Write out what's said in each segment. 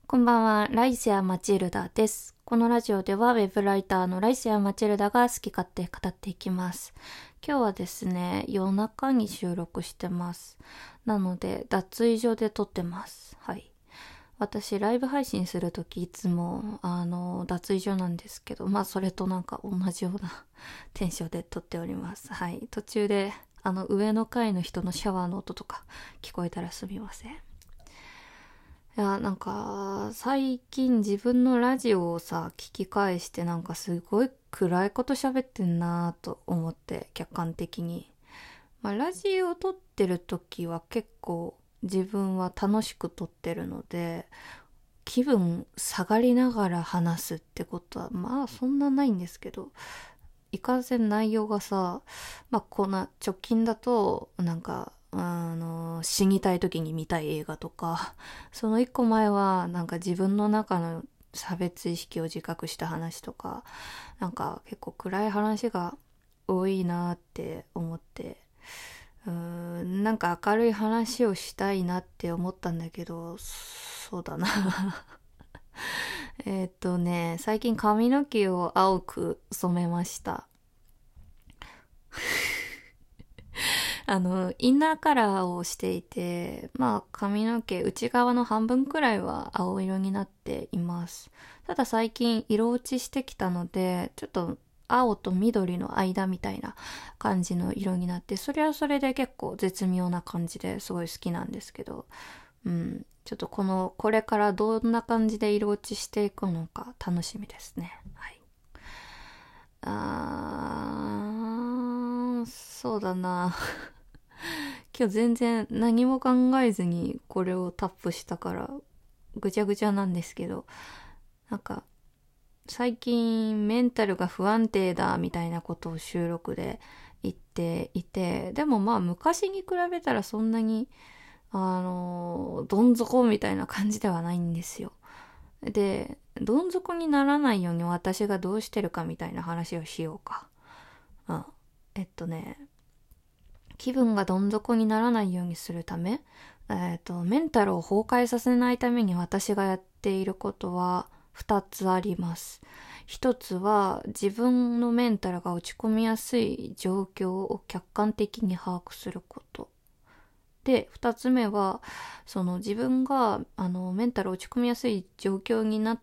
こんばんは、ライセア・マチルダです。このラジオではウェブライターのライセア・マチルダが好き勝手語っていきます。今日はですね、夜中に収録してます。なので、脱衣所で撮ってます。はい。私、ライブ配信するときいつも、脱衣所なんですけど、それとなんか同じようなテンションで撮っております。はい。途中で、上の階の人のシャワーの音とか聞こえたらすみません。いや、なんか、最近自分のラジオをさ、聞き返してなんかすごい暗いこと喋ってんなぁと思って、客観的に。ラジオを撮ってる時は結構自分は楽しく撮ってるので、気分下がりながら話すってことはそんなないんですけど、いかんせん内容がさ、こんな直近だと、なんか、死にたい時に見たい映画とか、その一個前は、なんか自分の中の差別意識を自覚した話とか、なんか結構暗い話が多いなって思って、なんか明るい話をしたいなって思ったんだけど、そうだな。最近髪の毛を青く染めました。インナーカラーをしていて、髪の毛内側の半分くらいは青色になっています。ただ最近色落ちしてきたので、ちょっと青と緑の間みたいな感じの色になって、それはそれで結構絶妙な感じですごい好きなんですけど、ちょっとこれからどんな感じで色落ちしていくのか楽しみですね。はい。そうだな。今日全然何も考えずにこれをタップしたからぐちゃぐちゃなんですけど、なんか最近メンタルが不安定だみたいなことを収録で言っていて、でも昔に比べたらそんなにどん底みたいな感じではないんですよ。で、どん底にならないように私がどうしてるかみたいな話をしようか。うん。えっとね、気分がどん底にならないようにするため、メンタルを崩壊させないために私がやっていることは2つあります。1つは自分のメンタルが落ち込みやすい状況を客観的に把握すること。で、2つ目は、その自分がメンタル落ち込みやすい状況になって、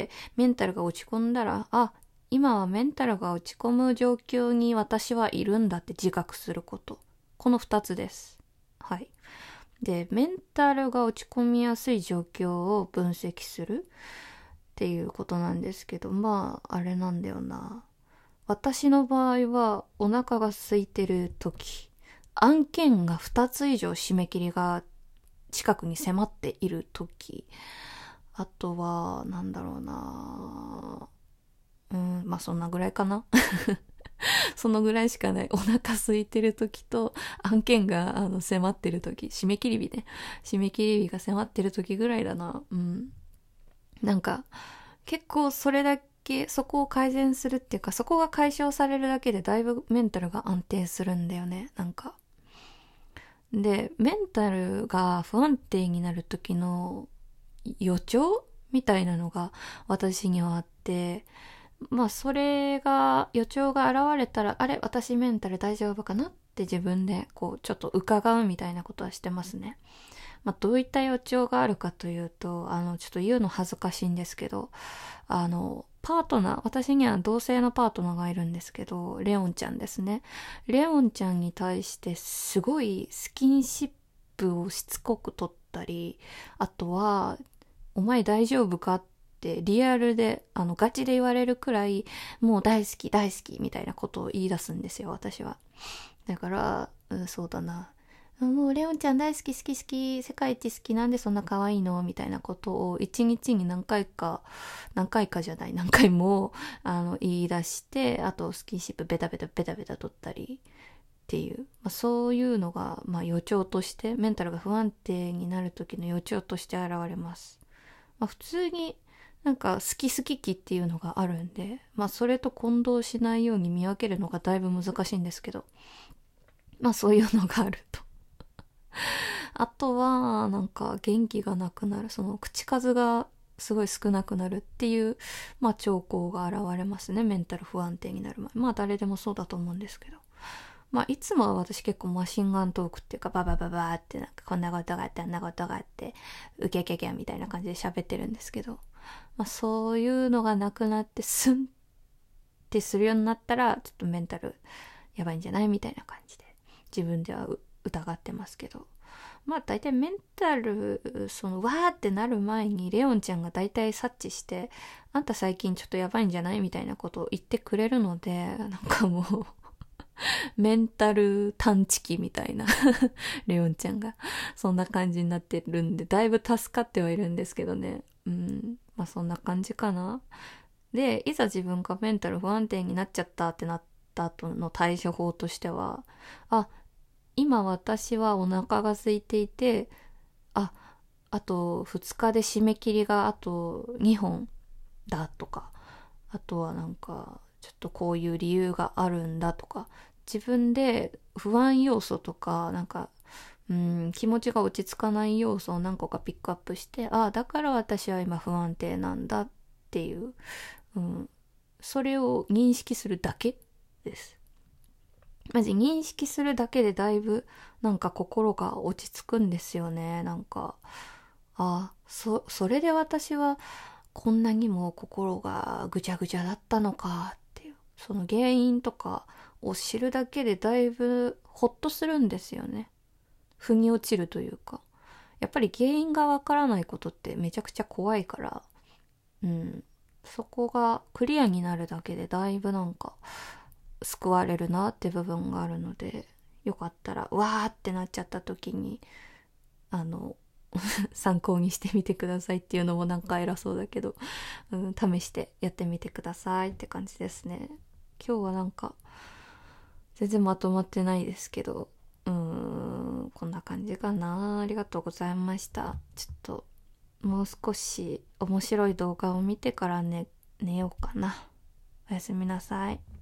メンタルが落ち込んだら、今はメンタルが落ち込む状況に私はいるんだって自覚すること。この2つです。はい。で、メンタルが落ち込みやすい状況を分析するっていうことなんですけど、あれなんだよな。私の場合はお腹が空いてる時、案件が2つ以上締め切りが近くに迫っている時、あとは、なんだろうな。そんなぐらいかな。そのぐらいしかない。お腹空いてる時と案件が迫ってる時、締め切り日ね。締め切り日が迫ってる時ぐらいだな。なんか結構それだけ、そこを改善するっていうか、そこが解消されるだけでだいぶメンタルが安定するんだよね。なんか。で、メンタルが不安定になる時の予兆みたいなのが私にはあって、それが、予兆が現れたら、あれ、私メンタル大丈夫かなって自分で、ちょっと伺うみたいなことはしてますね。どういった予兆があるかというと、ちょっと言うの恥ずかしいんですけど、パートナー、私には同性のパートナーがいるんですけど、レオンちゃんですね。レオンちゃんに対してすごいスキンシップをしつこく取ったり、あとは、お前大丈夫かってリアルで、ガチで言われるくらい、もう大好き大好きみたいなことを言い出すんですよ、私は。だから、そうだな。もうレオンちゃん大好き好き好き、世界一好きなんでそんな可愛いのみたいなことを一日に何回かじゃない、何回も、言い出して、あとスキンシップベタベタベタベタ取ったりっていう、そういうのが、予兆として、メンタルが不安定になる時の予兆として現れます。普通になんか好き好き期っていうのがあるんで、それと混同しないように見分けるのがだいぶ難しいんですけど、そういうのがあると。あとは、なんか元気がなくなる。その口数がすごい少なくなるっていう、まあ兆候が現れますね。メンタル不安定になる前。まあ誰でもそうだと思うんですけど。まあいつもは私結構マシンガントークっていうか、ババババーってなんかこんなことがあってあんなことがあって、ウケケケみたいな感じで喋ってるんですけど、まあそういうのがなくなってスンってするようになったら、ちょっとメンタルやばいんじゃないみたいな感じで、自分では疑ってますけど。まあ大体メンタル、わーってなる前にレオンちゃんが大体察知して、あんた最近ちょっとやばいんじゃないみたいなことを言ってくれるので、なんかもうメンタル探知機みたいなレオンちゃんがそんな感じになってるんで、だいぶ助かってはいるんですけどね。まあそんな感じかな。で、いざ自分がメンタル不安定になっちゃったってなった後の対処法としては、今私はお腹が空いていて、あと2日で締め切りがあと2本だとか、あとはなんかちょっとこういう理由があるんだとか、自分で不安要素とかなんか気持ちが落ち着かない要素を何個かピックアップして、だから私は今不安定なんだっていう、それを認識するだけです。マジ認識するだけでだいぶなんか心が落ち着くんですよね。なんか、それで私はこんなにも心がぐちゃぐちゃだったのかっていう、その原因とかを知るだけでだいぶほっとするんですよね。腑に落ちるというか。やっぱり原因がわからないことってめちゃくちゃ怖いから、そこがクリアになるだけでだいぶなんか救われるなって部分があるので、よかったらわーってなっちゃった時に参考にしてみてくださいっていうのもなんか偉そうだけど、試してやってみてくださいって感じですね。今日はなんか全然まとまってないですけど、こんな感じかな。ありがとうございました。ちょっともう少し面白い動画を見てから寝ようかな。おやすみなさい。